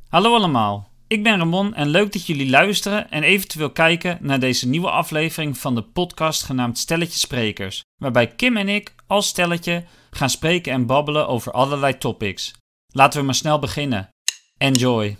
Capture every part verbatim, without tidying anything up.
Hallo allemaal, ik ben Ramon en leuk dat jullie luisteren en eventueel kijken naar deze nieuwe aflevering van de podcast genaamd Stelletje Sprekers, waarbij Kim en ik als stelletje gaan spreken en babbelen over allerlei topics. Laten we maar snel beginnen. Enjoy!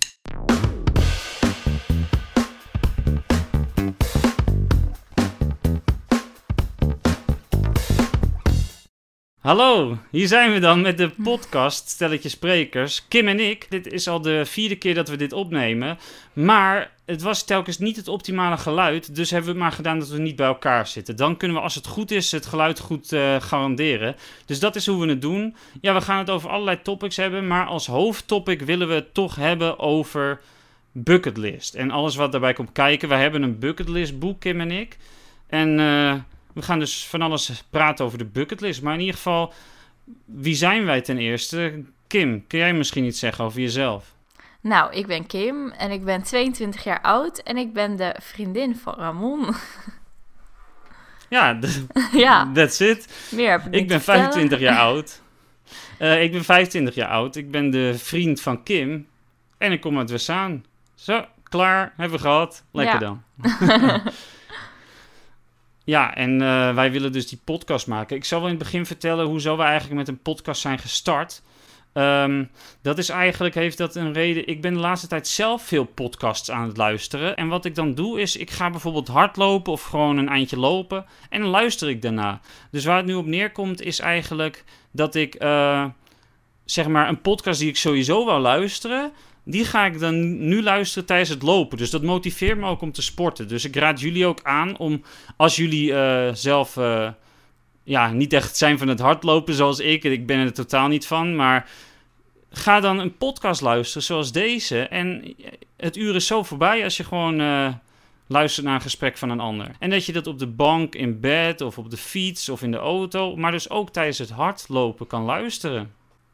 Hallo, hier zijn we dan met de podcast Stelletje Sprekers. Kim en ik, dit is al de vierde keer dat we dit opnemen. Maar het was telkens niet het optimale geluid, dus hebben we maar gedaan dat we niet bij elkaar zitten. Dan kunnen we, als het goed is, het geluid goed uh, garanderen. Dus dat is hoe we het doen. Ja, we gaan het over allerlei topics hebben, maar als hoofdtopic willen we het toch hebben over bucketlist. En alles wat daarbij komt kijken. Wij hebben een bucketlist boek, Kim en ik. En... Uh, We gaan dus van alles praten over de bucketlist. Maar in ieder geval, wie zijn wij ten eerste? Kim, kun jij misschien iets zeggen over jezelf? Nou, ik ben Kim en ik ben tweeëntwintig jaar oud en ik ben de vriendin van Ramon. Ja, d- ja. that's it. Meer heb ik niet Ik ben vijfentwintig jaar oud. Uh, ik ben vijfentwintig jaar oud. Ik ben de vriend van Kim. En ik kom uit Wessaan. Zo, klaar. Hebben we gehad. Lekker ja. dan. Ja, en uh, wij willen dus die podcast maken. Ik zal wel in het begin vertellen hoezo we eigenlijk met een podcast zijn gestart. Um, dat is eigenlijk, heeft dat een reden. Ik ben de laatste tijd zelf veel podcasts aan het luisteren. En wat ik dan doe is, ik ga bijvoorbeeld hardlopen of gewoon een eindje lopen. En dan luister ik daarna. Dus waar het nu op neerkomt is eigenlijk dat ik, uh, zeg maar, een podcast die ik sowieso wil luisteren... Die ga ik dan nu luisteren tijdens het lopen. Dus dat motiveert me ook om te sporten. Dus ik raad jullie ook aan om, als jullie uh, zelf uh, ja, niet echt zijn van het hardlopen zoals ik. Ik ben er totaal niet van. Maar ga dan een podcast luisteren zoals deze. En het uur is zo voorbij als je gewoon uh, luistert naar een gesprek van een ander. En dat je dat op de bank, in bed of op de fiets of in de auto. Maar dus ook tijdens het hardlopen kan luisteren.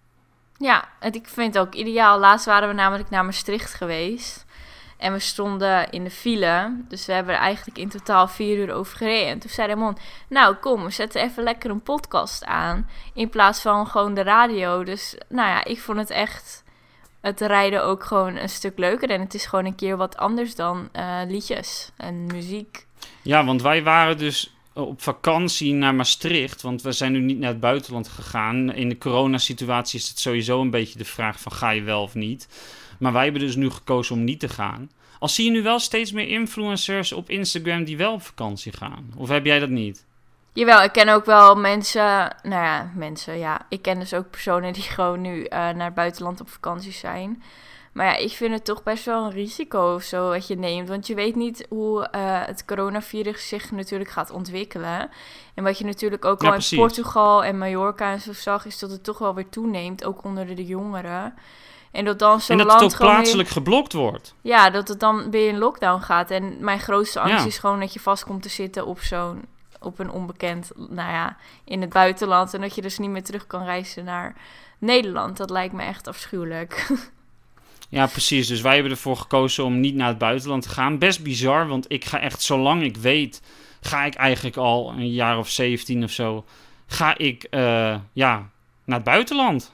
Ja, en ik vind het ook ideaal. Laatst waren we namelijk naar Maastricht geweest. En we stonden in de file. Dus we hebben er eigenlijk in totaal vier uur over gereden. En toen zei Ramon, nou kom, we zetten even lekker een podcast aan. In plaats van gewoon de radio. Dus nou ja, ik vond het echt, het rijden ook gewoon een stuk leuker. En het is gewoon een keer wat anders dan uh, liedjes en muziek. Ja, want wij waren dus op vakantie naar Maastricht, want we zijn nu niet naar het buitenland gegaan. In de coronasituatie is het sowieso een beetje de vraag van ga je wel of niet. Maar wij hebben dus nu gekozen om niet te gaan. Al zie je nu wel steeds meer influencers op Instagram die wel op vakantie gaan. Of heb jij dat niet? Jawel, ik ken ook wel mensen, nou ja, mensen, ja. Ik ken dus ook personen die gewoon nu uh, naar het buitenland op vakantie zijn. Maar ja, ik vind het toch best wel een risico of zo wat je neemt. Want je weet niet hoe uh, het coronavirus zich natuurlijk gaat ontwikkelen. En wat je natuurlijk ook ja, al precies. in Portugal en Mallorca en zo zag, is dat het toch wel weer toeneemt. Ook onder de jongeren. En dat dan zo'n land En dat land het ook plaatselijk weer geblokt wordt. Ja, dat het dan weer in lockdown gaat. En mijn grootste angst ja. is gewoon dat je vast komt te zitten op zo'n, op een onbekend, nou ja, in het buitenland. En dat je dus niet meer terug kan reizen naar Nederland. Dat lijkt me echt afschuwelijk. Ja, precies. Dus wij hebben ervoor gekozen om niet naar het buitenland te gaan. Best bizar, want ik ga echt, zolang ik weet, ga ik eigenlijk al een jaar of zeventien of zo, ga ik, uh, ja, naar het buitenland.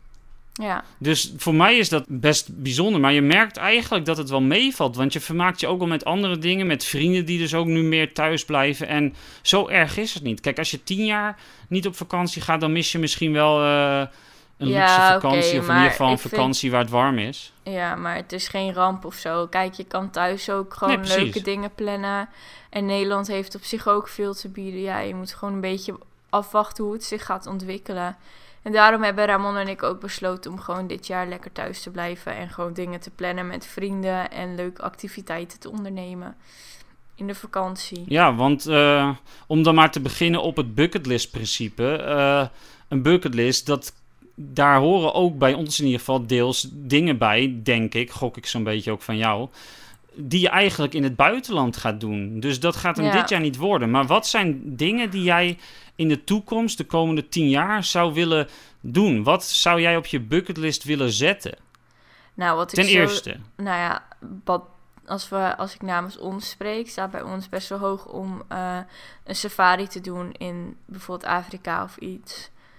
Ja. Dus voor mij is dat best bijzonder. Maar je merkt eigenlijk dat het wel meevalt. Want je vermaakt je ook al met andere dingen. Met vrienden die dus ook nu meer thuis blijven. En zo erg is het niet. Kijk, als je tien jaar niet op vakantie gaat, dan mis je misschien wel uh, een ja, luxe vakantie. Okay, of in ieder geval een vakantie vind... waar het warm is. Ja, maar het is geen ramp of zo. Kijk, je kan thuis ook gewoon nee, leuke dingen plannen. En Nederland heeft op zich ook veel te bieden. Ja, je moet gewoon een beetje afwachten hoe het zich gaat ontwikkelen. En daarom hebben Ramon en ik ook besloten om gewoon dit jaar lekker thuis te blijven. En gewoon dingen te plannen met vrienden en leuke activiteiten te ondernemen in de vakantie. Ja, want uh, om dan maar te beginnen op het bucketlist-principe. Uh, een bucketlist, dat, daar horen ook bij ons in ieder geval deels dingen bij, denk ik. Gok ik zo'n beetje ook van jou. Die je eigenlijk in het buitenland gaat doen. Dus dat gaat hem ja. dit jaar niet worden. Maar wat zijn dingen die jij in de toekomst, de komende tien jaar, zou willen doen? Wat zou jij op je bucketlist willen zetten? Nou, wat ik Ten zo, eerste. Nou ja, wat, als, we, als ik namens ons spreek, staat bij ons best wel hoog om uh, een safari te doen in bijvoorbeeld Afrika of iets.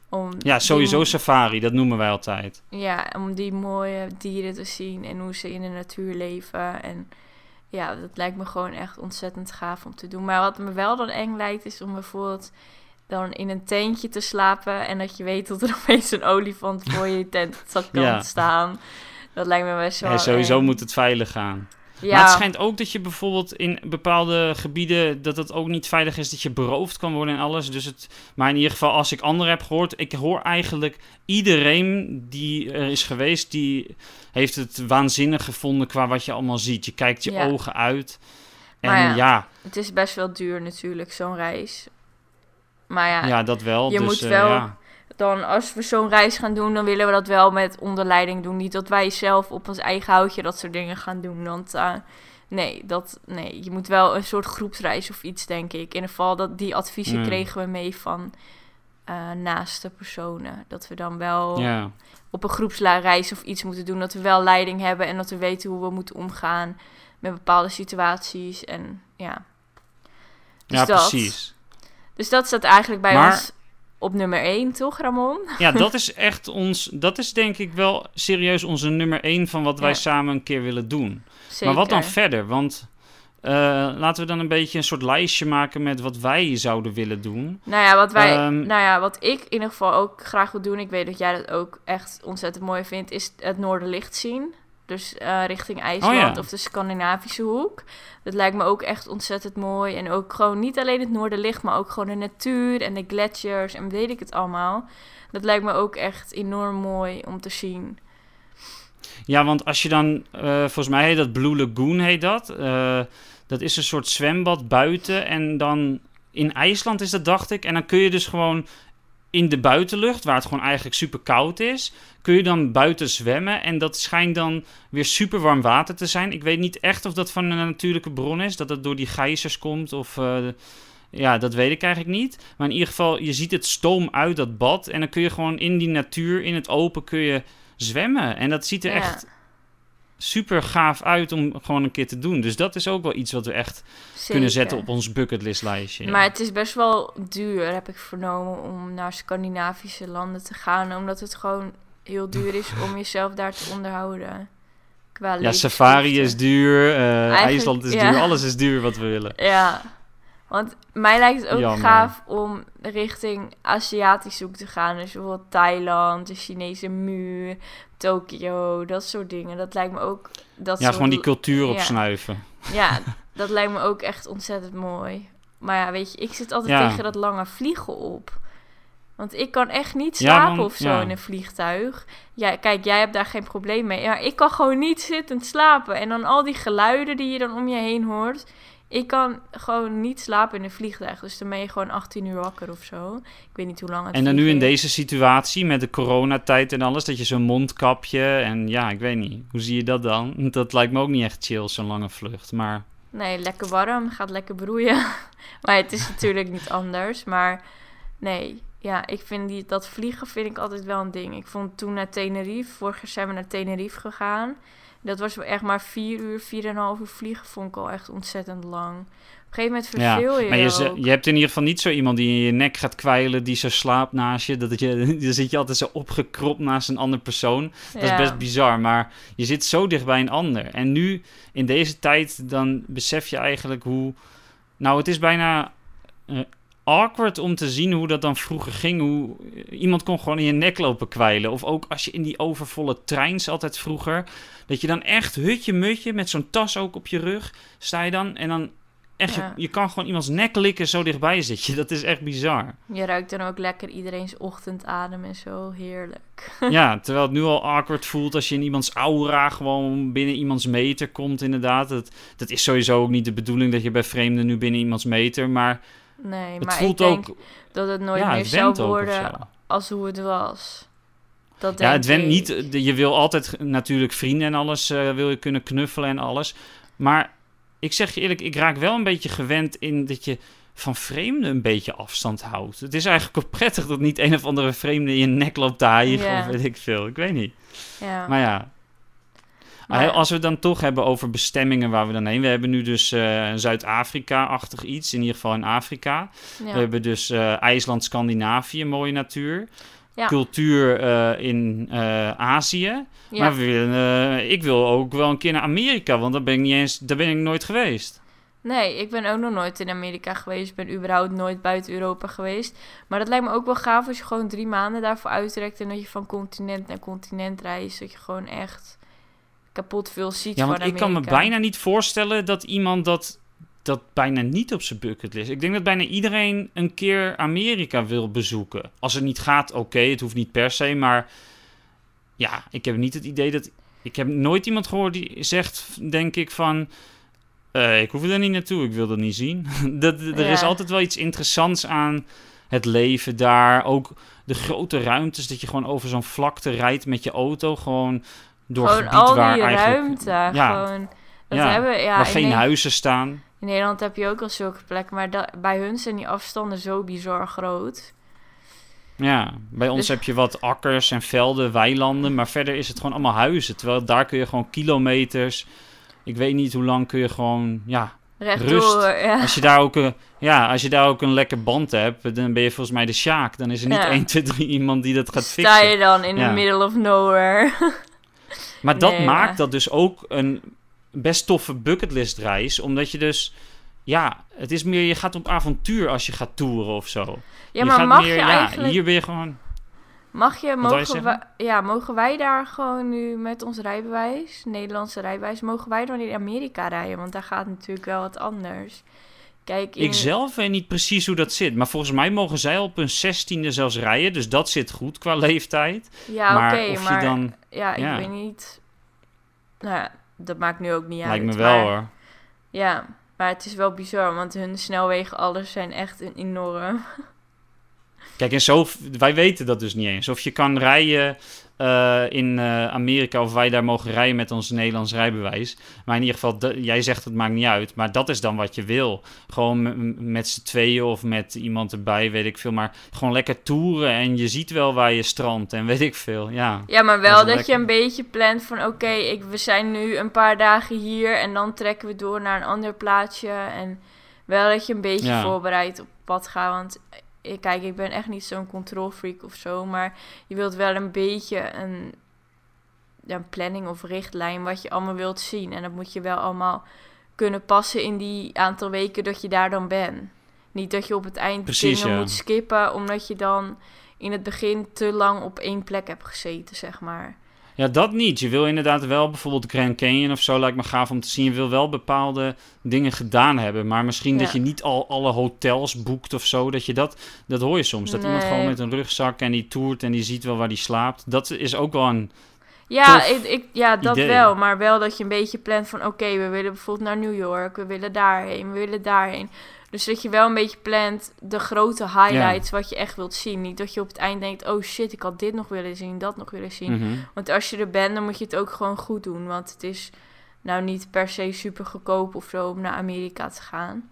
Om Ja, sowieso die, safari, dat noemen wij altijd. Ja, om die mooie dieren te zien en hoe ze in de natuur leven. En ja, dat lijkt me gewoon echt ontzettend gaaf om te doen. Maar wat me wel dan eng lijkt, is om bijvoorbeeld dan in een tentje te slapen en dat je weet dat er opeens een olifant voor je tent kan Ja. staan. Dat lijkt me best wel Ja, sowieso eng. moet het veilig gaan. Ja, Maar het schijnt ook dat je bijvoorbeeld in bepaalde gebieden, dat het ook niet veilig is, dat je beroofd kan worden en alles. Dus het, maar in ieder geval, als ik anderen heb gehoord, ik hoor eigenlijk iedereen die er is geweest, die heeft het waanzinnig gevonden qua wat je allemaal ziet. Je kijkt je Ja. ogen uit. En Maar ja, ja, ja, het is best wel duur natuurlijk, zo'n reis. Maar ja, ja, dat wel. je dus, moet eh, wel- ja. dan als we zo'n reis gaan doen, dan willen we dat wel met onderleiding doen. Niet dat wij zelf op ons eigen houtje dat soort dingen gaan doen. Want uh, nee, dat, nee, je moet wel een soort groepsreis of iets, denk ik. In ieder geval, dat, die adviezen Mm. kregen we mee van uh, naaste personen. Dat we dan wel ja. op een groepsreis of iets moeten doen. Dat we wel leiding hebben en dat we weten hoe we moeten omgaan met bepaalde situaties. En ja, dus ja, dat. precies. Dus dat staat eigenlijk bij Maar- ons op nummer één, toch, Ramon? Ja, dat is echt ons, dat is denk ik wel serieus onze nummer één van wat wij Ja. samen een keer willen doen. Zeker. Maar wat dan verder? Want uh, laten we dan een beetje een soort lijstje maken met wat wij zouden willen doen. Nou ja, wat wij, Ehm, nou ja, wat ik in ieder geval ook graag wil doen, ik weet dat jij dat ook echt ontzettend mooi vindt, is het Noorderlicht zien. Dus uh, richting IJsland Oh ja. of de Scandinavische hoek. Dat lijkt me ook echt ontzettend mooi. En ook gewoon niet alleen het Noorderlicht, maar ook gewoon de natuur en de gletsjers en weet ik het allemaal. Dat lijkt me ook echt enorm mooi om te zien. Ja, want als je dan, uh, volgens mij heet dat Blue Lagoon heet dat. Uh, dat is een soort zwembad buiten en dan in IJsland is dat, dacht ik. En dan kun je dus gewoon in de buitenlucht, waar het gewoon eigenlijk super koud is, kun je dan buiten zwemmen. En dat schijnt dan weer super warm water te zijn. Ik weet niet echt of dat van een natuurlijke bron is, dat het door die gijzers komt of... Uh, ja, dat weet ik eigenlijk niet. Maar in ieder geval, je ziet het stoom uit dat bad. En dan kun je gewoon in die natuur, in het open, kun je zwemmen. En dat ziet er Ja. echt super gaaf uit om gewoon een keer te doen. Dus dat is ook wel iets wat we echt Zeker. kunnen zetten op ons bucketlistlijstje. Ja. Maar het is best wel duur, heb ik vernomen, om naar Scandinavische landen te gaan. Omdat het gewoon heel duur is om jezelf daar te onderhouden. Qua ja, safari is levenskosten. duur, uh, IJsland is ja. duur, alles is duur wat we willen. Ja, want mij lijkt het ook Jammer. gaaf om richting Aziatisch hoek te gaan. Dus bijvoorbeeld Thailand, de Chinese muur, Tokio, dat soort dingen. Dat lijkt me ook... Dat Ja, soort gewoon die cultuur ja. opsnuiven. Ja, dat lijkt me ook echt ontzettend mooi. Maar ja, weet je, ik zit altijd Ja. tegen dat lange vliegen op. Want ik kan echt niet Ja, slapen want- of zo ja. in een vliegtuig. Ja, kijk, jij hebt daar geen probleem mee. Maar ik kan gewoon niet zittend slapen. En dan al die geluiden die je dan om je heen hoort. Ik kan gewoon niet slapen in een vliegtuig. Dus dan ben je gewoon achttien uur wakker of zo. Ik weet niet hoe lang het En dan nu in vliegen is. deze situatie met de coronatijd en alles, dat je zo'n mondkapje en ja, ik weet niet. Hoe zie je dat dan? Dat lijkt me ook niet echt chill, zo'n lange vlucht. Maar Nee, lekker warm. Gaat lekker broeien. Maar het is natuurlijk niet anders. Maar nee, ja, ik vind die, dat vliegen vind ik altijd wel een ding. Ik vond toen naar Tenerife, vorig jaar zijn we naar Tenerife gegaan. Dat was wel echt maar vier uur, vier en een half uur vliegen, vond ik al echt ontzettend lang. Op een gegeven moment ja, verveel je maar je, je ze- ook. je hebt in ieder geval niet zo iemand die in je nek gaat kwijlen, die zo slaapt naast je. Dat je dan zit je altijd zo opgekropt naast een andere persoon. Dat is Ja. best bizar, maar je zit zo dicht bij een ander. En nu, in deze tijd, dan besef je eigenlijk hoe... Nou, het is bijna eh, awkward om te zien hoe dat dan vroeger ging. Hoe iemand kon gewoon in je nek lopen kwijlen. Of ook als je in die overvolle treins altijd vroeger... Dat je dan echt hutje-mutje met zo'n tas ook op je rug sta je dan. En dan echt, Ja. je, je kan gewoon iemands nek likken, zo dichtbij zit je. Dat is echt bizar. Je ruikt dan ook lekker iedereen's ochtendadem en zo. Heerlijk. Ja, terwijl het nu al awkward voelt als je in iemands aura gewoon binnen iemands meter komt inderdaad. Dat, dat is sowieso ook niet de bedoeling dat je bij vreemden nu binnen iemands meter. Maar Nee, het maar voelt ik denk ook... dat het nooit ja, meer het zou went ook of worden zo. als hoe het was. Dat Ja, denk het went ik. niet. de- Je wil altijd natuurlijk vrienden en alles eh, wil je kunnen knuffelen en alles. Maar ik zeg je eerlijk, ik raak wel een beetje gewend in dat je van vreemden een beetje afstand houdt. Het is eigenlijk ook prettig dat niet een of andere vreemde in je nek loopt te hijgen Ja. of weet ik veel. Ik weet niet. Ja. Maar ja. Maar ja. Als we het dan toch hebben over bestemmingen waar we dan heen. We hebben nu dus eh, Zuid-Afrika-achtig iets, in ieder geval in Afrika. Ja. We hebben dus eh, IJsland, Scandinavië, mooie natuur. Ja. cultuur uh, in uh, Azië. Ja. Maar we willen, uh, ik wil ook wel een keer naar Amerika, want daar ben ik niet eens, daar ben ik nooit geweest. Nee, ik ben ook nog nooit in Amerika geweest. Ik ben überhaupt nooit buiten Europa geweest. Maar dat lijkt me ook wel gaaf als je gewoon drie maanden daarvoor uitrekt en dat je van continent naar continent reist. Dat je gewoon echt kapot veel ziet Ja, van want ik Amerika. kan me bijna niet voorstellen dat iemand dat, dat bijna niet op zijn bucketlist. Ik denk dat bijna iedereen een keer Amerika wil bezoeken. Als het niet gaat, oké, okay, het hoeft niet per se, maar ja, ik heb niet het idee dat... Ik heb nooit iemand gehoord die zegt, denk ik, van... Uh, ik hoef er niet naartoe, ik wil dat niet zien. dat, er Ja. is altijd wel iets interessants aan het leven daar. Ook de grote ruimtes, dat je gewoon over zo'n vlakte rijdt met je auto. Gewoon door Gewoon gebied al waar die eigenlijk... ruimte. Ja, Gewoon, dat ja, hebben, ja, waar in geen Ne- huizen staan. In Nederland heb je ook al zulke plekken. Maar da- bij hun zijn die afstanden zo bizar groot. Ja, bij ons Dus- heb je wat akkers en velden, weilanden. Maar verder is het gewoon allemaal huizen. Terwijl daar kun je gewoon kilometers... Ik weet niet hoe lang kun je gewoon... Ja, Rechtdoor, rust. ja. Als je daar ook een, ja, als je daar ook een lekker band hebt, dan ben je volgens mij de Sjaak. Dan is er niet Ja. één, twee, drie iemand die dat gaat Sta fixen. je dan in Ja. the middle of nowhere. Maar dat Nee, maakt maar- dat dus ook een best toffe bucketlist reis. Omdat je dus, ja, het is meer, je gaat op avontuur als je gaat toeren of zo. Ja, je maar gaat mag meer, je ja, eigenlijk... hier ben je gewoon... Mag je, wou je mogen, zeggen? wij, ja, mogen wij daar gewoon nu met ons rijbewijs, Nederlandse rijbewijs, mogen wij dan in Amerika rijden? Want daar gaat natuurlijk wel wat anders. Kijk, in... Ik zelf weet niet precies hoe dat zit. Maar volgens mij mogen zij op hun zestiende zelfs rijden. Dus dat zit goed qua leeftijd. Ja, maar oké, of maar je dan... ja, ik ja. weet niet. Nou ja, dat maakt nu ook niet uit. Lijkt me wel maar, hoor. Ja, maar het is wel bizar, want hun snelwegen, alles zijn echt een enorm. Kijk, en zo, wij weten dat dus niet eens. Of je kan rijden uh, in uh, Amerika, of wij daar mogen rijden met ons Nederlands rijbewijs. Maar in ieder geval, de, jij zegt het maakt niet uit. Maar dat is dan wat je wil. Gewoon m- met z'n tweeën of met iemand erbij, weet ik veel. Maar gewoon lekker toeren en je ziet wel waar je strandt en weet ik veel. Ja, Ja, maar Dat wel is dat, lekker. je een beetje plant van oké, ik we zijn nu een paar dagen hier en dan trekken we door naar een ander plaatsje. En wel dat je een beetje Ja. voorbereid op pad gaat, want ik, kijk, ik ben echt niet zo'n control freak of zo, maar je wilt wel een beetje een, ja, een planning of richtlijn wat je allemaal wilt zien. En dat moet je wel allemaal kunnen passen in die aantal weken dat je daar dan bent. Niet dat je op het eind Precies, dingen ja. moet skippen, omdat je dan in het begin te lang op één plek hebt gezeten, zeg maar. Ja, dat niet. Je wil inderdaad wel bijvoorbeeld Grand Canyon of zo, lijkt me gaaf om te zien. Je wil wel bepaalde dingen gedaan hebben. Maar misschien Ja. dat je niet al alle hotels boekt of zo. Dat je dat, dat hoor je soms. Dat iemand Nee. gewoon met een rugzak en die toert en die ziet wel waar die slaapt. Dat is ook wel een... Ja, Tof ik, ik, ja dat idee. wel. Maar wel dat je een beetje plant van... Oké, we willen bijvoorbeeld naar New York. We willen daarheen. We willen daarheen. Dus dat je wel een beetje plant de grote highlights... wat je echt wilt zien. Niet dat je op het eind denkt... Oh shit, ik had dit nog willen zien. Dat nog willen zien. Mhm. Want als je er bent, dan moet je het ook gewoon goed doen. Want het is nou niet per se super goedkoop of zo... om naar Amerika te gaan.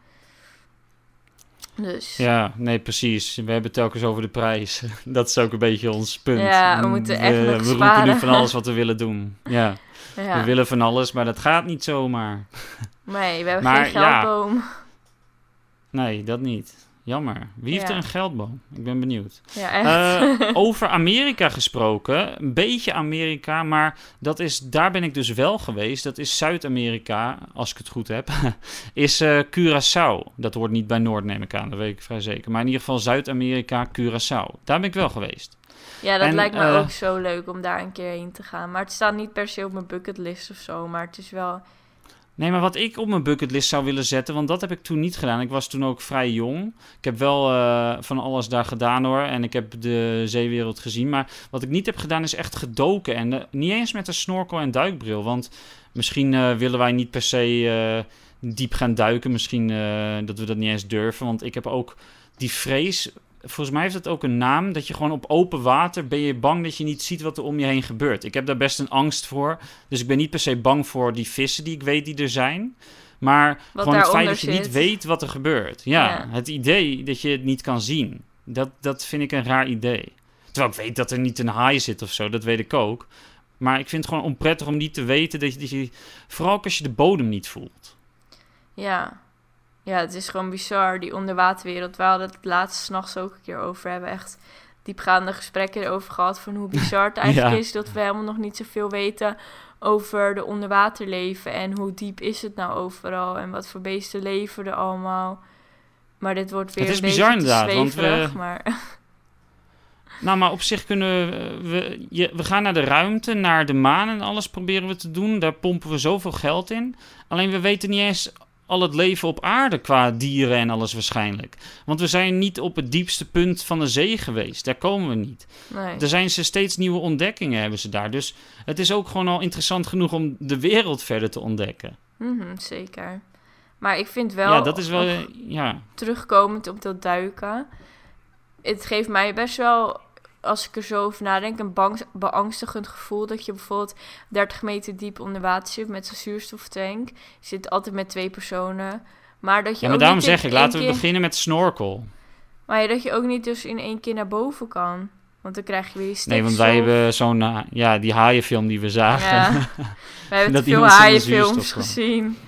Dus... Ja, nee, precies. We hebben het telkens over de prijs. Dat is ook een beetje ons punt. Ja, we moeten echt nog We roepen sparen. nu van alles wat we willen doen. Ja, ja. we willen van alles, maar dat gaat niet zomaar. Nee, we hebben Maar geen ja. geldboom. Nee, dat niet. Jammer. Wie heeft Ja. er een geldboom? Ik ben benieuwd. Ja, echt. Eh, over Amerika gesproken, een beetje Amerika, maar dat is, daar ben ik dus wel geweest. Dat is Zuid-Amerika, als ik het goed heb, is eh, Curaçao. Dat hoort niet bij Noord, neem ik aan, dat weet ik vrij zeker. Maar in ieder geval Zuid-Amerika, Curaçao. Daar ben ik wel geweest. Ja, dat En, lijkt me eh, ook zo leuk om daar een keer heen te gaan. Maar het staat niet per se op mijn bucketlist of zo. Maar het is wel... Nee, maar wat ik op mijn bucketlist zou willen zetten, want dat heb ik toen niet gedaan. Ik was toen ook vrij jong. Ik heb wel uh, van alles daar gedaan hoor. En ik heb de zeewereld gezien. Maar wat ik niet heb gedaan is echt gedoken. En uh, niet eens met een snorkel en duikbril. Want misschien uh, willen wij niet per se uh, diep gaan duiken. Misschien uh, dat we dat niet eens durven. Want ik heb ook die vrees... Volgens mij heeft het ook een naam, dat je gewoon op open water ben je bang dat je niet ziet wat er om je heen gebeurt. Ik heb daar best een angst voor. Dus ik ben niet per se bang voor die vissen die ik weet die er zijn. Maar Wat gewoon het feit daaronder dat je zit. niet weet wat er gebeurt. Ja, Ja. het idee dat je het niet kan zien. Dat, dat vind ik een raar idee. Terwijl ik weet dat er niet een haai zit of zo, dat weet ik ook. Maar ik vind het gewoon onprettig om niet te weten dat je... Dat je vooral ook als je de bodem niet voelt. Ja. Ja, het is gewoon bizar, die onderwaterwereld. We hadden het laatst 's nachts ook een keer over. We hebben echt diepgaande gesprekken erover gehad van hoe bizar het eigenlijk Ja. is dat we helemaal nog niet zoveel weten over de onderwaterleven en hoe diep is het nou overal en wat voor beesten leven er allemaal. Maar dit wordt weer Het is een bizar beetje te inderdaad, want we- zweverig, maar Nou, maar op zich kunnen we... We, je, we gaan naar de ruimte, naar de maan en alles proberen we te doen. Daar pompen we zoveel geld in. Alleen we weten niet eens al het leven op aarde qua dieren en alles waarschijnlijk. Want we zijn niet op het diepste punt van de zee geweest. Daar komen we niet. nee. Er zijn ze steeds nieuwe ontdekkingen hebben ze daar. Dus het is ook gewoon al interessant genoeg om de wereld verder te ontdekken. Mhm, zeker. Maar ik vind wel, ja, dat is wel... ook Ja, terugkomend op dat duiken, het geeft mij best wel, als ik er zo over nadenk, een bang, beangstigend gevoel dat je bijvoorbeeld dertig meter diep onder water zit met zo'n zuurstoftank. Je zit altijd met twee personen. Maar dat je ja maar ook daarom niet in zeg ik, één laten we keer- beginnen met snorkel. Maar ja, dat je ook niet dus in één keer naar boven kan. Want dan krijg je weer stikstof. Nee, want wij hebben zo'n... uh, ja, die haaienfilm die we zagen. Ja, we hebben Dat te veel iemand zonder haaienfilms zuurstof kwam. gezien.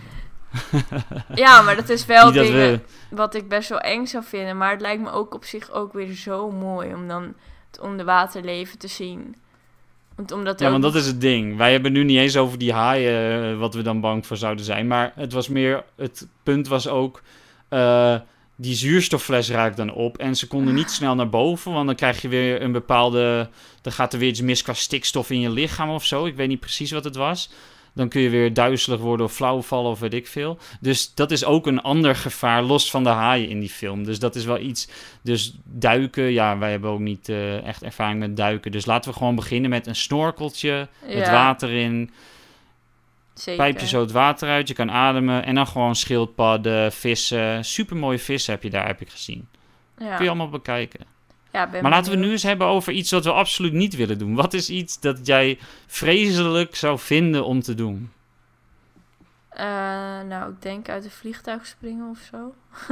Ja, maar dat is wel Niet dat dingen we... wat ik best wel eng zou vinden. Maar het lijkt me ook op zich ook weer zo mooi om dan het onderwaterleven te zien. Want omdat er Ja, want ook dat is het ding. Wij hebben nu niet eens over die haaien, uh, wat we dan bang voor zouden zijn. Maar het was meer... Het punt was ook... Uh, die zuurstoffles raakt dan op. En ze konden niet snel naar boven. Want dan krijg je weer een bepaalde... Dan gaat er weer iets mis qua stikstof in je lichaam of zo. Ik weet niet precies wat het was. Dan kun je weer duizelig worden of flauw vallen of weet ik veel. Dus dat is ook een ander gevaar, los van de haaien in die film. Dus dat is wel iets... Dus duiken, ja, wij hebben ook niet uh, echt ervaring met duiken. Dus laten we gewoon beginnen met een snorkeltje, het Ja, water in, zeker. pijp je zo het water uit, je kan ademen. En dan gewoon schildpadden, vissen. Supermooie vissen heb je daar, heb ik gezien. Ja. Kun je allemaal bekijken. Ja, ben Maar laten we benieuwd. nu eens hebben over iets wat we absoluut niet willen doen. Wat is iets dat jij vreselijk zou vinden om te doen? Eh, nou, ik denk uit een vliegtuig springen of zo.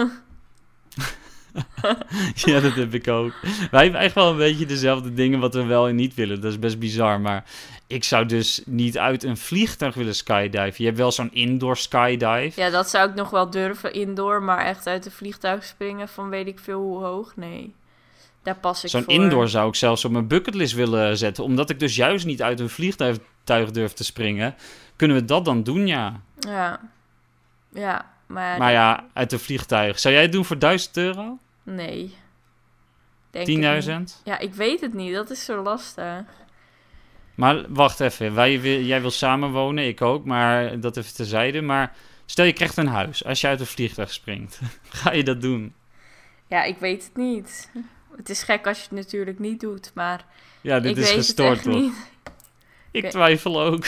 Ja, dat heb ik ook. Wij hebben echt wel een beetje dezelfde dingen wat we wel en niet willen. Dat is best bizar, maar ik zou dus niet uit een vliegtuig willen skydiven. Je hebt wel zo'n indoor skydive. Ja, dat zou ik nog wel durven indoor, maar echt uit een vliegtuig springen van weet ik veel hoe hoog, nee. Daar pas ik Zo'n voor. indoor zou ik zelfs op mijn bucketlist willen zetten. Omdat ik dus juist niet uit een vliegtuig durf te springen. Kunnen we dat dan doen, ja. Ja. Ja, maar... Maar ja, uit een vliegtuig. Zou jij het doen voor duizend euro? Nee. Denk het tienduizend? niet. Ja, ik weet het niet. Dat is zo lastig. Maar wacht even. Wij, wil- jij wil samenwonen, ik ook. Maar dat even terzijde. Maar stel je krijgt een huis als je uit een vliegtuig springt. Ga je dat doen? Ja, ik weet het niet. Het is gek als je het natuurlijk niet doet, maar Ja, dit ik is weet gestoord, het echt toch? niet. Ik Oké. twijfel ook.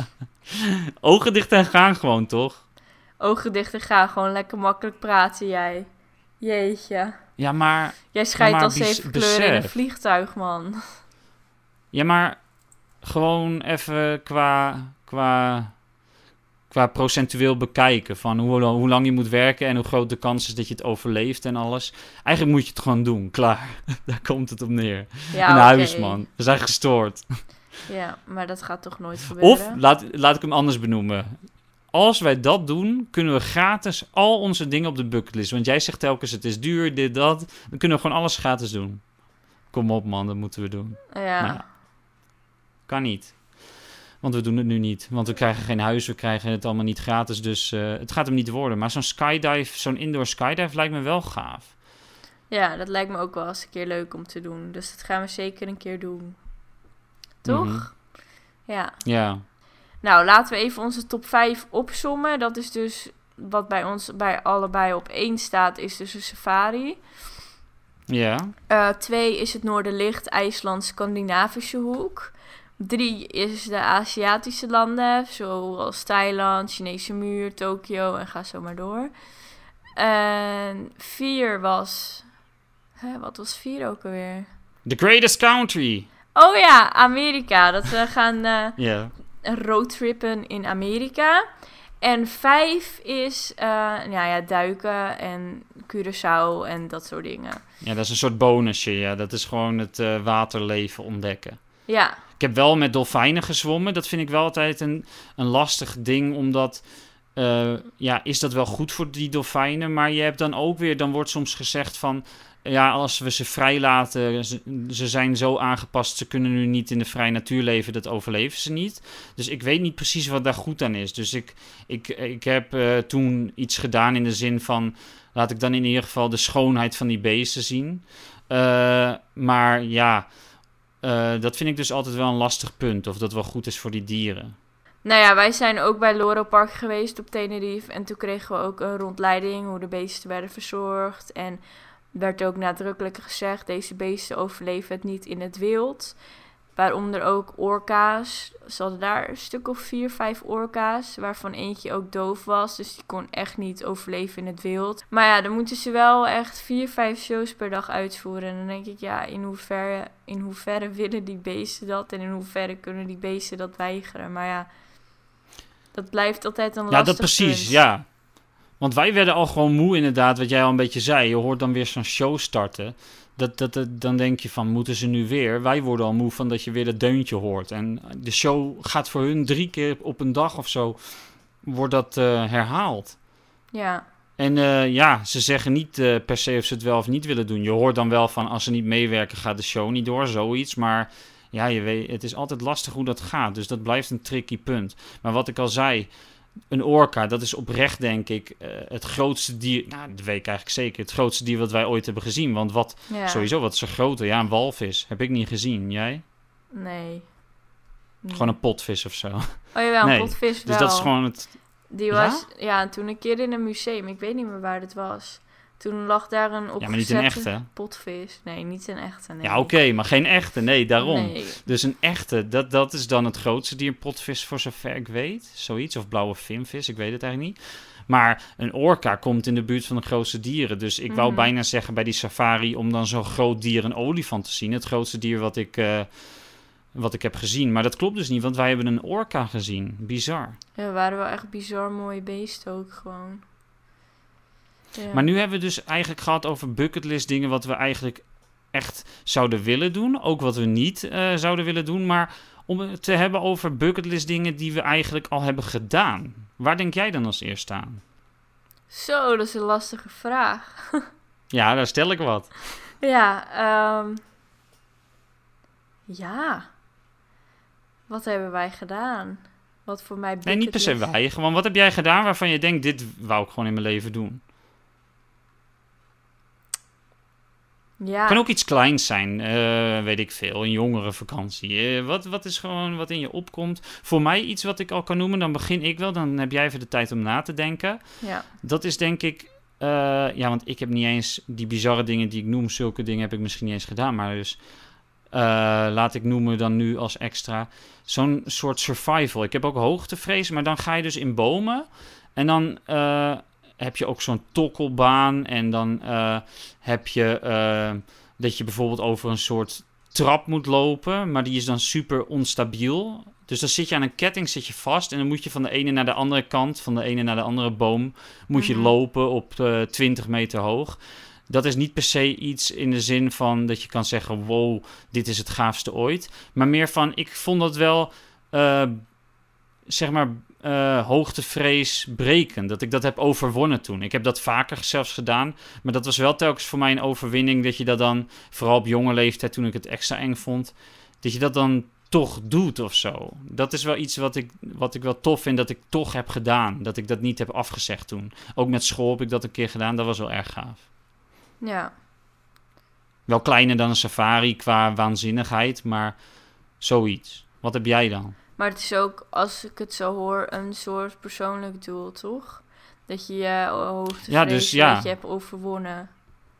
Ogen dicht en gaan gewoon, toch? Ogen dicht en ga gewoon lekker makkelijk praten, jij. Jeetje. Ja, maar... Jij schijnt maar al bes- zeven kleuren in een besef. vliegtuig, man. Ja, maar gewoon even qua, qua, qua procentueel bekijken van hoe, hoe lang je moet werken en hoe groot de kans is dat je het overleeft en alles. Eigenlijk moet je het gewoon doen, klaar. Daar komt het op neer. Ja, een oké. huis, man. We zijn gestoord. Ja, maar dat gaat toch nooit gebeuren? Of, laat, laat ik hem anders benoemen. Als wij dat doen, kunnen we gratis al onze dingen op de bucketlist. Want jij zegt telkens, het is duur, dit, dat. Dan kunnen we gewoon alles gratis doen. Kom op, man, dat moeten we doen. Ja. Maar ja, kan niet. Want we doen het nu niet. Want we krijgen geen huis, we krijgen het allemaal niet gratis. Dus uh, het gaat hem niet worden. Maar zo'n skydive, zo'n indoor skydive lijkt me wel gaaf. Ja, dat lijkt me ook wel eens een keer leuk om te doen. Dus dat gaan we zeker een keer doen. Toch? Mhm. Ja. Ja. Nou, laten we even onze top vijf opsommen. Dat is dus wat bij ons bij allebei op één staat, is dus een safari. Ja. Uh, twee is het Noorderlicht, IJsland, Scandinavische hoek. Drie is de Aziatische landen, zoals Thailand, Chinese muur, Tokio en ga zo maar door. En vier was... Hè, wat was vier ook alweer? The greatest country. Oh ja, Amerika. Dat we gaan uh, Ja. roadtrippen in Amerika. En vijf is uh, nou ja, duiken en Curaçao en dat soort dingen. Ja, dat is een soort bonusje. Ja. Dat is gewoon het uh, waterleven ontdekken. Ja. Ik heb wel met dolfijnen gezwommen. Dat vind ik wel altijd een, een lastig ding, omdat uh, ja, is dat wel goed voor die dolfijnen? Maar je hebt dan ook weer, dan wordt soms gezegd van, ja, als we ze vrijlaten, ze, ze zijn zo aangepast, ze kunnen nu niet in de vrije natuur leven, dat overleven ze niet. Dus ik weet niet precies wat daar goed aan is. Dus ik, ik, ik heb uh, toen iets gedaan in de zin van, laat ik dan in ieder geval de schoonheid van die beesten zien. Uh, maar ja, uh, dat vind ik dus altijd wel een lastig punt, of dat wel goed is voor die dieren. Nou ja, wij zijn ook bij Loro Park geweest op Tenerife. En toen kregen we ook een rondleiding hoe de beesten werden verzorgd. En werd ook nadrukkelijk gezegd, deze beesten overleven het niet in het wild. Waaronder ook orka's. Ze hadden daar een stuk of vier, vijf orka's, waarvan eentje ook doof was. Dus die kon echt niet overleven in het wild. Maar ja, dan moeten ze wel echt vier, vijf shows per dag uitvoeren. En dan denk ik, ja, in hoeverre, in hoeverre willen die beesten dat? En in hoeverre kunnen die beesten dat weigeren? Maar ja, dat blijft altijd een lastig Ja, dat precies, punt. ja. Want wij werden al gewoon moe inderdaad, wat jij al een beetje zei. Je hoort dan weer zo'n show starten. Dat, dat, dat, dan denk je van, moeten ze nu weer? Wij worden al moe van dat je weer dat deuntje hoort. En de show gaat voor hun drie keer op een dag of zo, wordt dat uh, herhaald. Ja. En uh, ja, ze zeggen niet uh, per se of ze het wel of niet willen doen. Je hoort dan wel van, als ze niet meewerken, gaat de show niet door, zoiets. Maar ja, je weet, het is altijd lastig hoe dat gaat. Dus dat blijft een tricky punt. Maar wat ik al zei, een orka, dat is oprecht, denk ik, uh, het grootste dier... Nou, dat weet ik eigenlijk zeker. Het grootste dier wat wij ooit hebben gezien. Want wat, ja. sowieso, wat is er groter? Ja, een walvis. Heb ik niet gezien. Jij? Nee. nee. Gewoon een potvis of zo. Oh jawel, nee. een potvis wel. Dus dat is gewoon het... Die was, ja? ja, toen een keer in een museum. Ik weet niet meer waar het was. Toen lag daar een opgezette ja, maar niet een echte potvis. Nee, niet een echte, nee. Ja, oké, okay, maar geen echte. Nee, daarom. Nee. Dus een echte, dat, dat is dan het grootste dier, een potvis, voor zover ik weet. Zoiets, of blauwe vinvis, ik weet het eigenlijk niet. Maar een orka komt in de buurt van de grootste dieren. Dus ik mm-hmm. wou bijna zeggen bij die safari, om dan zo'n groot dier, een olifant te zien. Het grootste dier wat ik, uh, wat ik heb gezien. Maar dat klopt dus niet, want wij hebben een orka gezien. Bizar. Ja, we waren wel echt bizar mooie beesten ook gewoon. Ja. Maar nu hebben we dus eigenlijk gehad over bucketlist dingen wat we eigenlijk echt zouden willen doen. Ook wat we niet uh, zouden willen doen. Maar om het te hebben over bucketlist dingen die we eigenlijk al hebben gedaan. Waar denk jij dan als eerste aan? Zo, dat is een lastige vraag. Ja, daar stel ik wat. Ja, um, ja. Wat hebben wij gedaan? Wat voor mij bucketlist... Nee, niet per se wij. Gewoon, wat heb jij gedaan waarvan je denkt, dit wou ik gewoon in mijn leven doen? Ja. Kan ook iets kleins zijn, uh, weet ik veel, een jongerenvakantie. Uh, wat, wat is gewoon wat in je opkomt? Voor mij iets wat ik al kan noemen, dan begin ik wel. Dan heb jij even de tijd om na te denken. Ja. Dat is denk ik, uh, ja, want ik heb niet eens die bizarre dingen die ik noem, zulke dingen heb ik misschien niet eens gedaan. Maar dus, uh, laat ik noemen dan nu als extra, zo'n soort survival. Ik heb ook hoogtevrees, maar dan ga je dus in bomen en dan... Uh, heb je ook zo'n tokkelbaan en dan uh, heb je uh, dat je bijvoorbeeld over een soort trap moet lopen, maar die is dan super onstabiel. Dus dan zit je aan een ketting zit je vast en dan moet je van de ene naar de andere kant, van de ene naar de andere boom, moet je mm-hmm. lopen op uh, twintig meter hoog. Dat is niet per se iets in de zin van dat je kan zeggen, wow, dit is het gaafste ooit. Maar meer van, ik vond dat wel, uh, zeg maar... Uh, hoogtevrees breken. Dat ik dat heb overwonnen toen. Ik heb dat vaker zelfs gedaan. Maar dat was wel telkens voor mij een overwinning. Dat je dat dan, vooral op jonge leeftijd, toen ik het extra eng vond, dat je dat dan toch doet of zo. Dat is wel iets wat ik, wat ik wel tof vind dat ik toch heb gedaan. Dat ik dat niet heb afgezegd toen. Ook met school heb ik dat een keer gedaan. Dat was wel erg gaaf. Ja. Wel kleiner dan een safari qua waanzinnigheid, maar zoiets. Wat heb jij dan? Maar het is ook, als ik het zo hoor, een soort persoonlijk doel, toch? Dat je je hoogtevrees ja, dus, ja. dat je hebt overwonnen.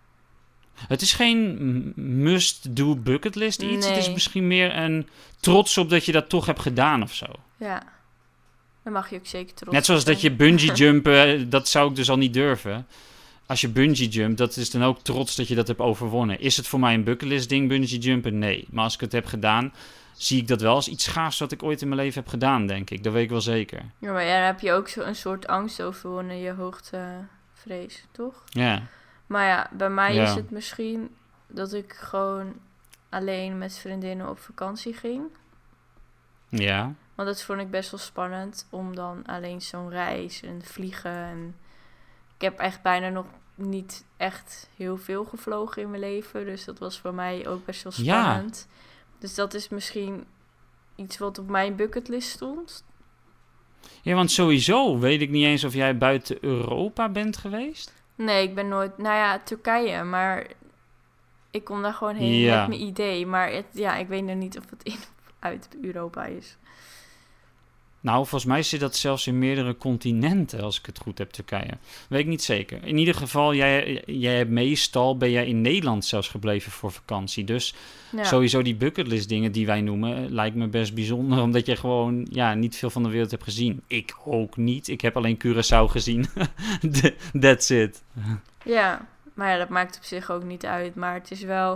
Het is geen must-do bucketlist iets. Nee. Het is misschien meer een trots op dat je dat toch hebt gedaan of zo. Ja, dan mag je ook zeker trots Net zoals zijn. dat je bungee jumpen, dat zou ik dus al niet durven. Als je bungee jumpt, dat is dan ook trots dat je dat hebt overwonnen. Is het voor mij een bucketlist ding, bungee jumpen? Nee. Maar als ik het heb gedaan, zie ik dat wel als iets gaafs wat ik ooit in mijn leven heb gedaan, denk ik. Dat weet ik wel zeker. Ja, maar ja, dan heb je ook zo een soort angst overwonnen, je hoogtevrees, toch? Ja. Maar ja, bij mij ja. is het misschien dat ik gewoon alleen met vriendinnen op vakantie ging. Ja. Want dat vond ik best wel spannend. Om dan alleen zo'n reis en vliegen. En ik heb echt bijna nog niet echt heel veel gevlogen in mijn leven. Dus dat was voor mij ook best wel spannend. Ja. Dus dat is misschien iets wat op mijn bucketlist stond. Ja, want sowieso weet ik niet eens of jij buiten Europa bent geweest. Nee, ik ben nooit... Nou ja, Turkije, maar ik kom daar gewoon heen Ja. met mijn idee. Maar het, ja, ik weet nog niet of het in of uit Europa is. Nou, volgens mij zit dat zelfs in meerdere continenten, als ik het goed heb, Turkije. Weet ik niet zeker. In ieder geval, jij, jij hebt meestal ben jij in Nederland zelfs gebleven voor vakantie. Dus Ja. sowieso die bucketlist dingen die wij noemen, lijkt me best bijzonder. Omdat je gewoon ja, niet veel van de wereld hebt gezien. Ik ook niet. Ik heb alleen Curaçao gezien. That's it. Ja, maar ja, dat maakt op zich ook niet uit. Maar het is wel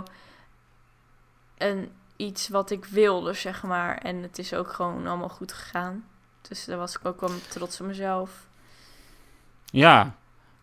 een, iets wat ik wilde, zeg maar. En het is ook gewoon allemaal goed gegaan. Dus daar was ik ook wel trots op mezelf. Ja.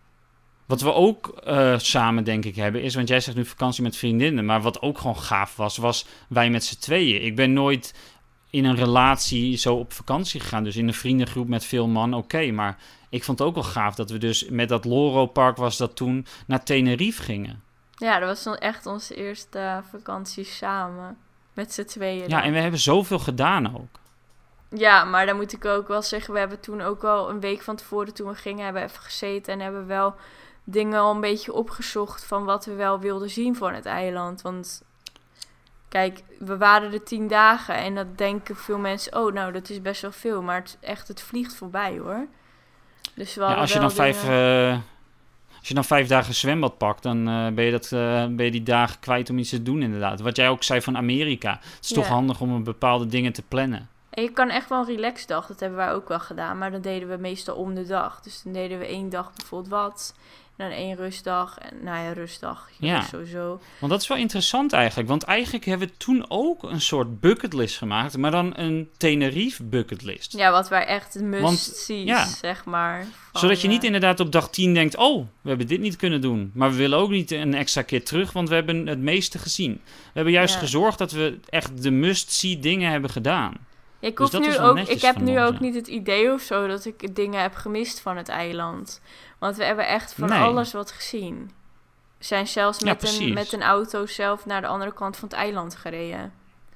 Wat we ook uh, samen, denk ik, hebben is... Want jij zegt nu vakantie met vriendinnen. Maar wat ook gewoon gaaf was, was wij met z'n tweeën. Ik ben nooit in een relatie zo op vakantie gegaan. Dus in een vriendengroep met veel man, oké. Okay, maar ik vond het ook wel gaaf dat we dus met dat Loro Park was dat toen naar Tenerife gingen. Ja, dat was dan echt onze eerste vakantie samen. Met z'n tweeën. Ja, dan. en we hebben zoveel gedaan ook. Ja, maar dan moet ik ook wel zeggen... We hebben toen ook wel een week van tevoren toen we gingen... hebben we even gezeten en hebben wel dingen al een beetje opgezocht... van wat we wel wilden zien van het eiland. Want kijk, we waren er tien dagen... en dat denken veel mensen... oh, nou, dat is best wel veel. Maar het, echt, het vliegt voorbij, hoor. Dus we ja, als je wel dan vijf... dingen... Uh, als je dan vijf dagen zwembad pakt... dan uh, ben, je dat, uh, ben je die dagen kwijt om iets te doen, inderdaad. Wat jij ook zei van Amerika. Het is Ja. toch handig om bepaalde dingen te plannen. En je kan echt wel een relaxdag, dat hebben wij ook wel gedaan. Maar dan deden we meestal om de dag. Dus dan deden we één dag bijvoorbeeld wat. En dan één rustdag. En nou ja, rustdag. Ja. Sowieso. Want dat is wel interessant eigenlijk. Want eigenlijk hebben we toen ook een soort bucketlist gemaakt. Maar dan een Tenerife bucketlist. Ja, wat wij echt must Want, see, ja. zeg maar. Van, Zodat je niet uh, inderdaad op dag tien denkt... oh, we hebben dit niet kunnen doen. Maar we willen ook niet een extra keer terug... want we hebben het meeste gezien. We hebben juist Ja. gezorgd dat we echt de must-see dingen hebben gedaan. Ja, ik, Dus hoef dat nu is wel ook, netjes ik heb van nu ons, ook ja. niet het idee of zo dat ik dingen heb gemist van het eiland. Want we hebben echt van Nee. alles wat gezien. We zijn zelfs Ja, met, precies. een, met een auto zelf naar de andere kant van het eiland gereden.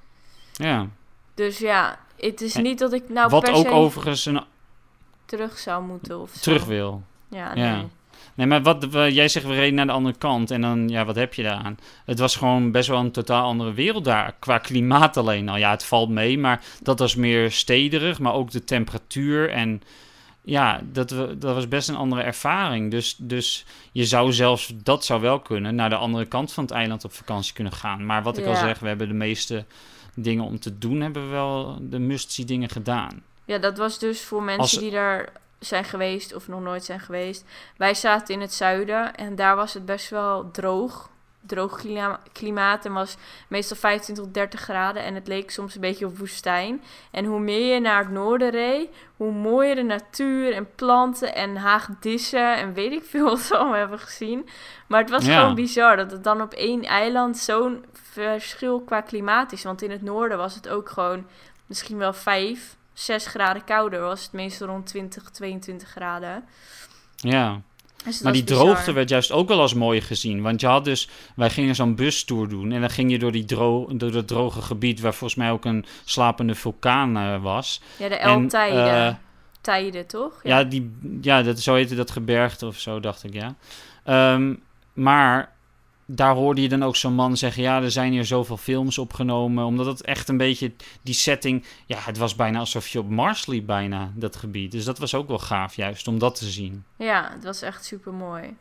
Ja. Dus ja, het is En niet dat ik nou Wat per ook se overigens een terug zou moeten of zo. terug wil. Ja, Ja. nee. Nee, maar wat, wat jij zegt, we reden naar de andere kant. En dan, ja, wat heb je daaraan? Het was gewoon best wel een totaal andere wereld daar. Qua klimaat alleen al. Ja, het valt mee, maar dat was meer stederig. Maar ook de temperatuur en... Ja, dat, we, dat was best een andere ervaring. Dus, dus je zou zelfs, dat zou wel kunnen, naar de andere kant van het eiland op vakantie kunnen gaan. Maar wat ik Ja. al zeg, we hebben de meeste dingen om te doen, hebben we wel de must-see dingen gedaan. Ja, dat was dus voor mensen Als- die daar zijn geweest of nog nooit zijn geweest. Wij zaten in het zuiden en daar was het best wel droog. Droog klima- klimaat en was meestal vijftwintig tot dertig graden. En het leek soms een beetje op woestijn. En hoe meer je naar het noorden reed, hoe mooier de natuur en planten en haagdissen en weet ik veel wat we allemaal hebben gezien. Maar het was Ja. gewoon bizar dat het dan op één eiland zo'n verschil qua klimaat is. Want in het noorden was het ook gewoon misschien wel vijf, zes graden kouder. Was het meestal rond twintig, tweeëntwintig graden. Ja. Dus het Maar die was bizar. droogte werd juist ook wel als mooi gezien. Want je had dus, wij gingen zo'n bustour doen. En dan ging je door, die dro- door dat droge gebied, waar volgens mij ook een slapende vulkaan uh, was. Ja, de En, L-tijden. uh, Tijden, toch? Ja, die, ja dat, zo heette dat gebergte of zo, dacht ik, ja. Um, maar daar hoorde je dan ook zo'n man zeggen... ja, er zijn hier zoveel films opgenomen. Omdat het echt een beetje, die setting... ja, het was bijna alsof je op Mars liep bijna, dat gebied. Dus dat was ook wel gaaf, juist, om dat te zien. Ja, het was echt super mooi.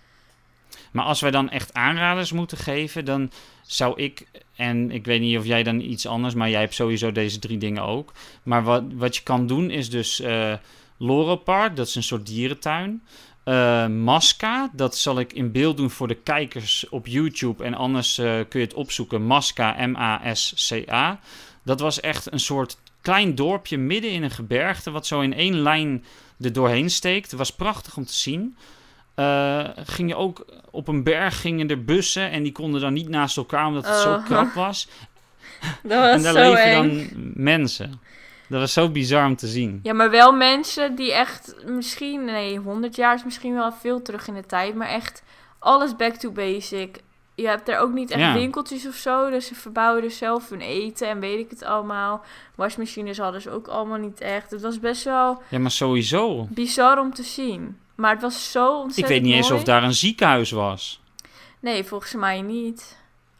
Maar als wij dan echt aanraders moeten geven, dan zou ik... en ik weet niet of jij dan iets anders... maar jij hebt sowieso deze drie dingen ook. Maar wat, wat je kan doen is dus... Uh, Loro Park, dat is een soort dierentuin... Uh, Masca, dat zal ik in beeld doen voor de kijkers op YouTube. En anders uh, kun je het opzoeken. Masca, M A S C A. Dat was echt een soort klein dorpje midden in een gebergte... wat zo in één lijn er doorheen steekt. Het was prachtig om te zien. Uh, ging je ook op een berg gingen er bussen... en die konden dan niet naast elkaar omdat het Oh. zo krap was. Dat was en daar zo leven eng. dan mensen. Dat was zo bizar om te zien. Ja, maar wel mensen die echt misschien... Nee, honderd jaar is misschien wel veel terug in de tijd. Maar echt alles back to basic. Je hebt er ook niet echt Ja. winkeltjes of zo. Dus ze verbouwen dus zelf hun eten en weet ik het allemaal. Wasmachines hadden ze ook allemaal niet echt. Het was best wel Ja, maar sowieso. bizar om te zien. Maar het was zo ontzettend Ik weet niet eens mooi. of daar een ziekenhuis was. Nee, volgens mij niet.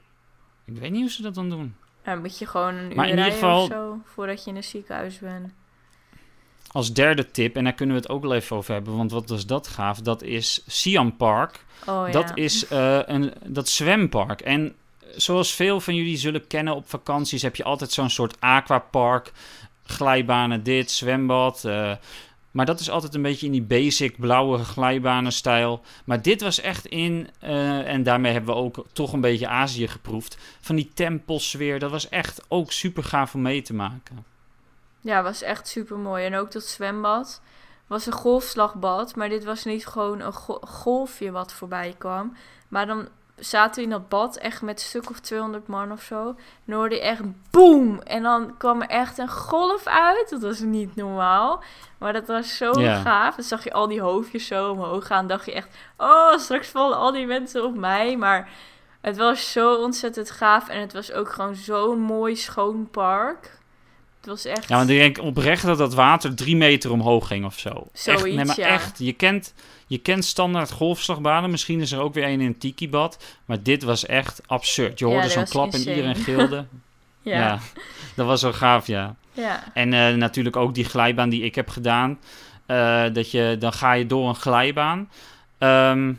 Ik weet niet hoe ze dat dan doen. Dan moet je gewoon een uur Maar in ieder rijden geval- of zo voordat je in een ziekenhuis bent. Als derde tip, en daar kunnen we het ook wel even over hebben, want wat was dat gaaf? Dat is Siam Park. Oh ja. Dat is eh, een dat zwempark. En zoals veel van jullie zullen kennen op vakanties, heb je altijd zo'n soort aquapark. Glijbanen dit, zwembad. eh, maar dat is altijd een beetje in die basic blauwe glijbanenstijl. Maar dit was echt in, eh, en daarmee hebben we ook toch een beetje Azië geproefd, van die tempelsfeer. Dat was echt ook super gaaf om mee te maken. Ja, was echt super mooi. En ook dat zwembad was een golfslagbad. Maar dit was niet gewoon een go- golfje wat voorbij kwam. Maar dan zaten we in dat bad echt met een stuk of tweehonderd man of zo. En dan hoorde je echt boem. En dan kwam er echt een golf uit. Dat was niet normaal. Maar dat was zo Ja. gaaf. Dan zag je al die hoofdjes zo omhoog gaan. dacht je echt, oh, straks vallen al die mensen op mij. Maar het was zo ontzettend gaaf. En het was ook gewoon zo'n mooi schoon park. Het was echt... Ja, want ik denk oprecht dat dat water drie meter omhoog ging of zo. Echt, Zoiets, nee, maar ja. echt. Je kent, je kent standaard golfslagbanen. Misschien is er ook weer een in een tiki-bad. Maar dit was echt absurd. Je Ja, hoorde dit zo'n was klap en insane. iedereen gilde. ja. ja. Ja. Dat was zo gaaf, ja. En eh, natuurlijk ook die glijbaan die ik heb gedaan. Eh, dat je, dan ga je door een glijbaan. Ehm,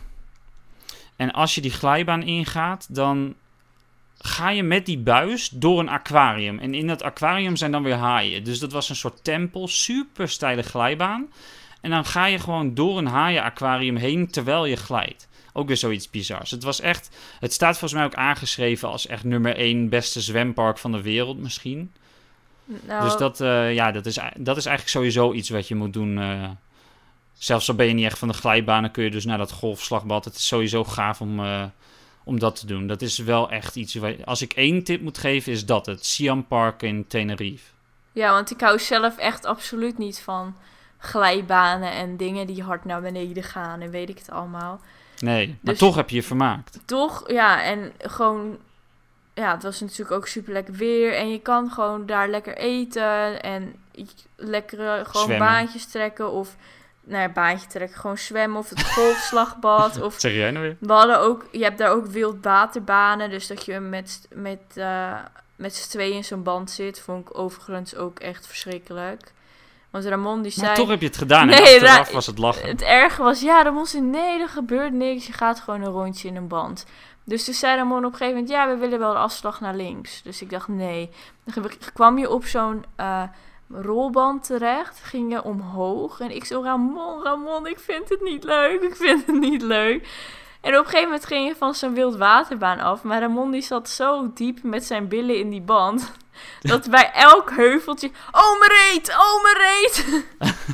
en als je die glijbaan ingaat, dan ga je met die buis door een aquarium. En in dat aquarium zijn dan weer haaien. Dus dat was een soort tempel, super steile glijbaan. En dan ga je gewoon door een haaien-aquarium heen terwijl je glijdt. Ook weer zoiets bizars. Het was echt, het staat volgens mij ook aangeschreven als echt nummer één beste zwempark van de wereld misschien. Nou, Dus dat, eh, ja, dat, is, dat is eigenlijk sowieso iets wat je moet doen. eh. Zelfs al ben je niet echt van de glijbanen, kun je dus naar dat golfslagbad. Het is sowieso gaaf om, eh, om dat te doen. Dat is wel echt iets. Waar, als ik één tip moet geven, is dat het. Siam Park in Tenerife. ja, want ik hou zelf echt absoluut niet van glijbanen en dingen die hard naar beneden gaan en weet ik het allemaal. Nee, maar Dus- toch heb je je vermaakt. Toch, ja, en gewoon, ja, het was natuurlijk ook super lekker weer en je kan gewoon daar lekker eten en lekkere gewoon Zwemmen. baantjes trekken of, nou ja, baantje trekken, gewoon zwemmen of het golfslagbad of Wat zeg jij nou weer? we hadden ook, je hebt daar ook wildwaterbanen, dus dat je met, met, eh, met z'n tweeën in zo'n band zit, vond ik overigens ook echt verschrikkelijk. Want Ramon die Maar zei... toch heb je het gedaan Nee, en achteraf Ra- was het lachen. Het erge was, ja, Ramon zei, nee, er gebeurt niks, je gaat gewoon een rondje in een band. Dus toen zei Ramon op een gegeven moment, ja, we willen wel de afslag naar links. Dus ik dacht, nee. Dan ge- kwam je op zo'n eh, rolband terecht, ging je omhoog. En ik zo, Ramon, Ramon, ik vind het niet leuk, ik vind het niet leuk. En op een gegeven moment ging je van zo'n wildwaterbaan af. Maar Ramon die zat zo diep met zijn billen in die band. Dat bij elk heuveltje... Oh, mijn reet! Oh, mijn reet!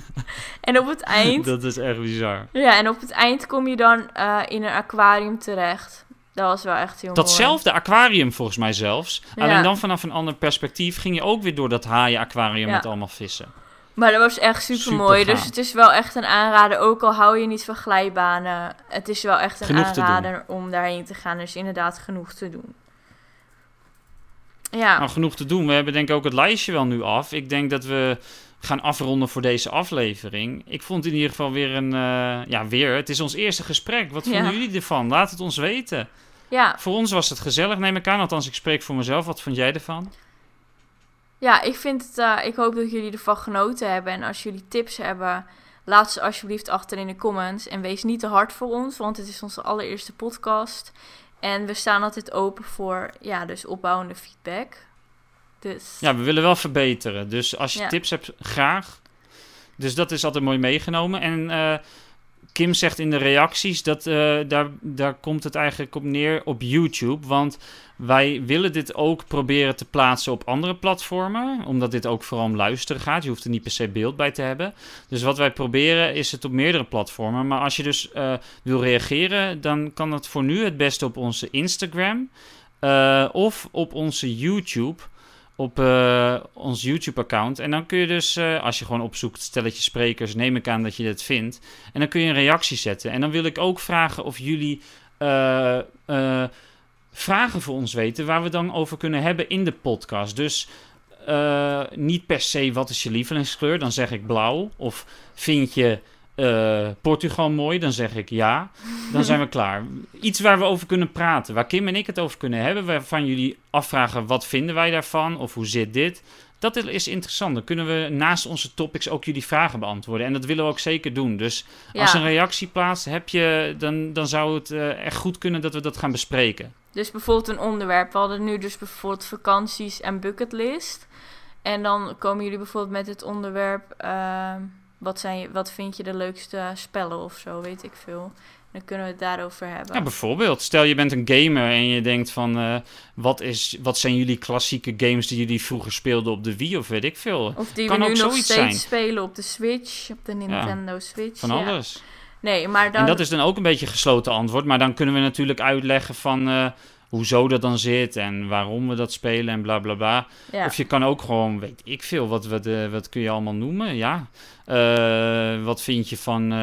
En op het eind... Dat is echt bizar. Ja, en op het eind kom je dan eh, in een aquarium terecht. Dat was wel echt heel mooi. Datzelfde aquarium volgens mij zelfs. Ja. Alleen dan vanaf een ander perspectief ging je ook weer door dat haaien-aquarium Ja. met allemaal vissen. Maar dat was echt super mooi. Supergaaf. Dus het is wel echt een aanrader. Ook al hou je niet van glijbanen. Het is wel echt een Genoeg te aanrader om daarheen te gaan. Er is inderdaad genoeg te doen. Ja. Nou, genoeg te doen. We hebben denk ik ook het lijstje wel nu af. Ik denk dat we gaan afronden voor deze aflevering. Ik vond in ieder geval weer een... eh, ja, weer. Het is ons eerste gesprek. Wat vonden Ja. jullie ervan? Laat het ons weten. Ja. Voor ons was het gezellig, neem ik aan. Althans, ik spreek voor mezelf. Wat vond jij ervan? Ja, ik vind het... eh, ik hoop dat jullie ervan genoten hebben. En als jullie tips hebben... Laat ze alsjeblieft achter in de comments. En wees niet te hard voor ons. Want het is onze allereerste podcast. En we staan altijd open voor... Ja, dus opbouwende feedback. Dus... Ja, we willen wel verbeteren. Dus als je Ja. tips hebt, graag. Dus dat is altijd mooi meegenomen. En eh, Kim zegt in de reacties dat eh, daar, daar komt het eigenlijk op neer op YouTube. Want wij willen dit ook proberen te plaatsen op andere platformen. Omdat dit ook vooral om luisteren gaat. Je hoeft er niet per se beeld bij te hebben. Dus wat wij proberen is het op meerdere platformen. Maar als je dus eh, wil reageren, dan kan dat voor nu het beste op onze Instagram. eh, of op onze YouTube. op uh, ons YouTube-account. En dan kun je dus, uh, als je gewoon opzoekt stelletje sprekers, neem ik aan dat je dat vindt. En dan kun je een reactie zetten. En dan wil ik ook vragen of jullie uh, uh, vragen voor ons weten waar we dan over kunnen hebben in de podcast. Dus uh, niet per se wat is je lievelingskleur, dan zeg ik blauw. Of vind je uh, Portugal mooi, dan zeg ik ja. Dan zijn we klaar. Iets waar we over kunnen praten, waar Kim en ik het over kunnen hebben, waarvan jullie afvragen wat vinden wij daarvan of hoe zit dit. Dat is interessant. Dan kunnen we naast onze topics ook jullie vragen beantwoorden. En dat willen we ook zeker doen. Dus ja. Als een reactie plaatst, heb je, dan, dan zou het uh, echt goed kunnen dat we dat gaan bespreken. Dus bijvoorbeeld een onderwerp. We hadden nu dus bijvoorbeeld vakanties en bucketlist. En dan komen jullie bijvoorbeeld met het onderwerp... Uh, wat, zijn, wat vind je de leukste spellen of zo, weet ik veel. Dan kunnen we het daarover hebben. Ja, bijvoorbeeld. Stel je bent een gamer en je denkt van... Uh, wat, is, wat zijn jullie klassieke games die jullie vroeger speelden op de Wii of weet ik veel. Of die kan we ook nu nog steeds zijn. spelen op de Switch, op de Nintendo ja, Switch. Van ja. alles. Nee, maar dan... En dat is dan ook een beetje een gesloten antwoord. Maar dan kunnen we natuurlijk uitleggen van... Uh, hoezo dat dan zit en waarom we dat spelen en bla bla bla. Ja. Of je kan ook gewoon, weet ik veel, wat, wat, uh, wat kun je allemaal noemen? Ja. Uh, wat vind je van... Uh,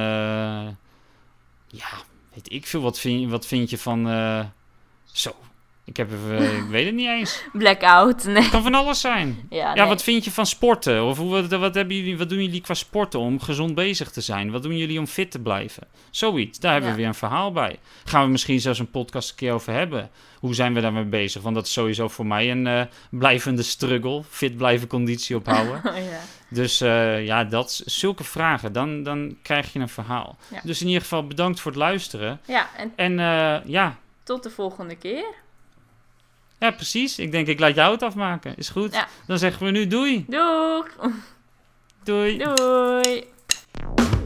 ja, weet ik veel. Wat vind, wat vind je van... Uh, zo, ik, heb even, ik weet het niet eens. Blackout, nee. Het kan van alles zijn. Ja, ja nee. Wat vind je van sporten? Of hoe, wat, wat, hebben jullie, wat doen jullie qua sporten om gezond bezig te zijn? Wat doen jullie om fit te blijven? Zoiets, daar hebben ja. we weer een verhaal bij. Gaan we misschien zelfs een podcast een keer over hebben. Hoe zijn we daarmee bezig? Want dat is sowieso voor mij een uh, blijvende struggle. Fit blijven, conditie ophouden. Oh, ja. Dus uh, ja, dat, zulke vragen, dan, dan krijg je een verhaal. Ja. Dus in ieder geval bedankt voor het luisteren. Ja, en, en uh, ja. Tot de volgende keer. Ja, precies. Ik denk, ik laat jou het afmaken. Is goed. Ja. Dan zeggen we nu doei. Doeg. Doei. Doei.